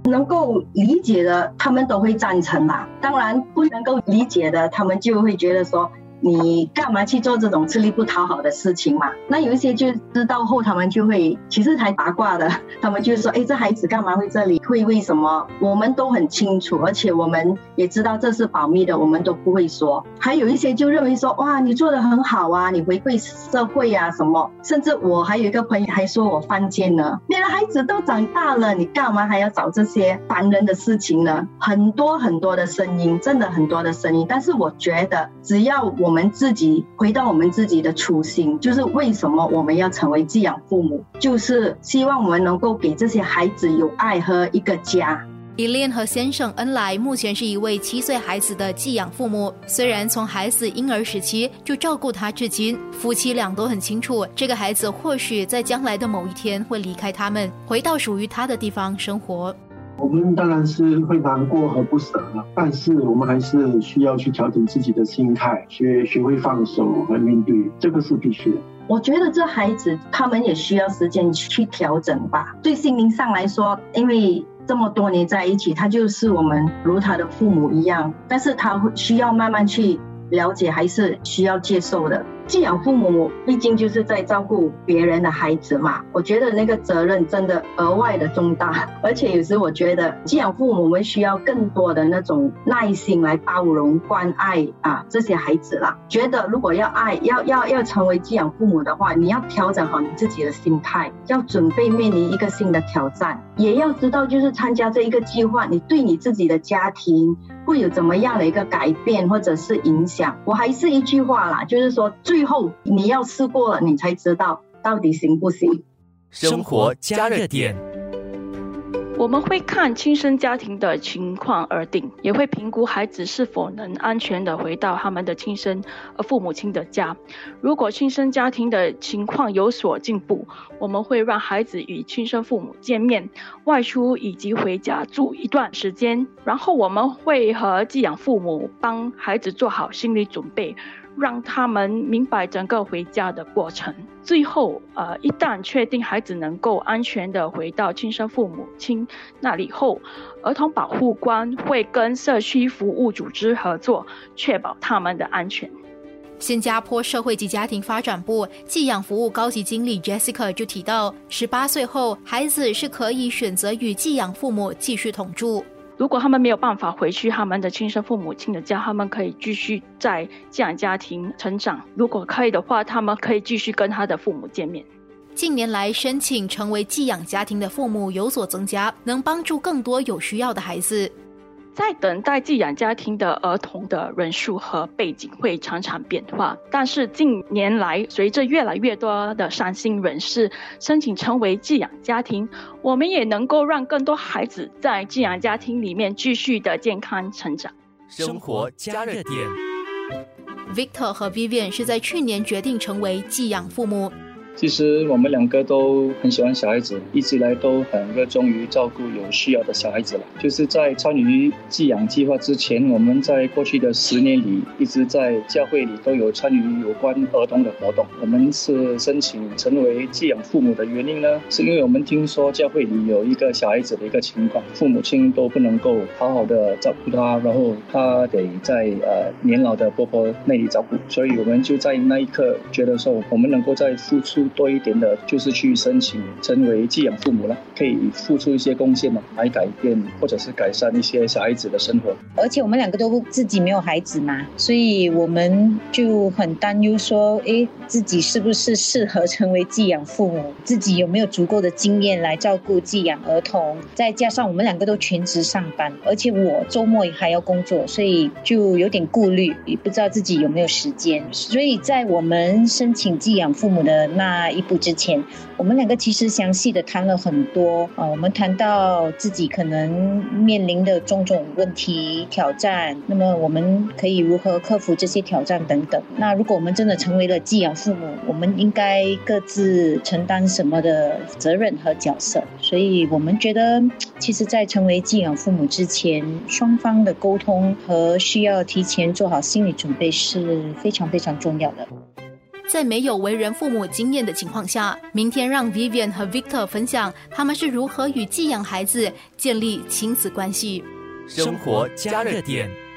能够理解的他们都会赞成啦，当然不能够理解的他们就会觉得说你干嘛去做这种吃力不讨好的事情嘛。那有一些就知道后他们就会其实还八卦的，他们就说这孩子干嘛会这里，会为什么，我们都很清楚，而且我们也知道这是保密的，我们都不会说。还有一些就认为说哇你做得很好啊，你回馈社会啊什么，甚至我还有一个朋友还说我犯贱呢，你的孩子都长大了，你干嘛还要找这些烦人的事情呢？很多很多的声音，真的很多的声音。但是我觉得只要我们自己回到我们自己的初心，就是为什么我们要成为寄养父母，就是希望我们能够给这些孩子有爱和一个家。 伊莲和先生恩来目前是一位7岁孩子的寄养父母，虽然从孩子婴儿时期就照顾他至今，夫妻俩都很清楚这个孩子或许在将来的某一天会离开他们，回到属于他的地方生活。 我们当然是会难过和不舍了，但是我们还是需要去调整自己的心态，学会放手和面对，这个是必须的。 我觉得这孩子他们也需要时间去调整吧，对心灵上来说，因为这么多年在一起，他就是我们如他的父母一样，但是他需要慢慢去了解，还是需要接受的。寄养父母毕竟就是在照顾别人的孩子嘛，我觉得那个责任真的额外的重大，而且有时我觉得寄养父母我们需要更多的那种耐心来包容关爱这些孩子啦。觉得如果要爱要成为寄养父母的话，你要调整好你自己的心态，要准备面临一个新的挑战，也要知道就是参加这一个计划，你对你自己的家庭会有怎么样的一个改变或者是影响。我还是一句话啦，就是说最后你要试过了，你才知道到底行不行。 生活加热点， 我们会看亲生家庭的情况而定，也会评估孩子是否能安全地回到他们的亲生父母亲的家。如果亲生家庭的情况有所进步，我们会让孩子与亲生父母见面、外出以及回家住一段时间，然后我们会和寄养父母帮孩子做好心理准备，让他们明白整个回家的过程。最后一旦确定孩子能够安全地回到亲生父母亲那里后，儿童保护官会跟社区服务组织合作，确保他们的安全。 新加坡社会及家庭发展部寄养服务高级经理 Jessica 就提到，18岁后孩子是可以选择与寄养父母继续同住。 如果他们没有办法回去他们的亲生父母亲的家，他们可以继续在寄养家庭成长，如果可以的话，他们可以继续跟他的父母见面。 近年来申请成为寄养家庭的父母有所增加，能帮助更多有需要的孩子。 在等待寄养家庭的儿童的人数和背景会常常变化，但是近年来随着越来越多的善心人士申请成为寄养家庭，我们也能够让更多孩子在寄养家庭里面继续的健康成长。 生活加热点， Victor 和 Vivian 是在去年决定成为寄养父母。 其实我们两个都很喜欢小孩子，一直以来都很热衷于照顾有需要的小孩子了。就是在参与寄养计划之前，我们在过去的10年里一直在教会里都有参与有关儿童的活动。我们是申请成为寄养父母的原因呢，是因为我们听说教会里有一个小孩子的一个情况，父母亲都不能够好好的照顾他，然后他得在年老的婆婆那里照顾，所以我们就在那一刻觉得说，我们能够再付出多一点的，就是去申请成为寄养父母了，可以付出一些贡献嘛，来改变或者是改善一些小孩子的生活。 而且我们两个都自己没有孩子嘛，所以我们就很担忧说，自己是不是适合成为寄养父母，自己有没有足够的经验来照顾寄养儿童，再加上我们两个都全职上班，而且我周末还要工作，所以就有点顾虑，也不知道自己有没有时间。所以在我们申请寄养父母的那一步之前，我们两个其实详细的谈了很多我们谈到自己可能面临的种种问题挑战，那么我们可以如何克服这些挑战等等。那如果我们真的成为了寄养父母，我们应该各自承担什么的责任和角色。所以我们觉得其实在成为寄养父母之前，双方的沟通和需要提前做好心理准备是非常非常重要的。 在没有为人父母经验的情况下，明天让 Vivian 和 Victor 分享他们是如何与寄养孩子建立亲子关系。 生活加热点。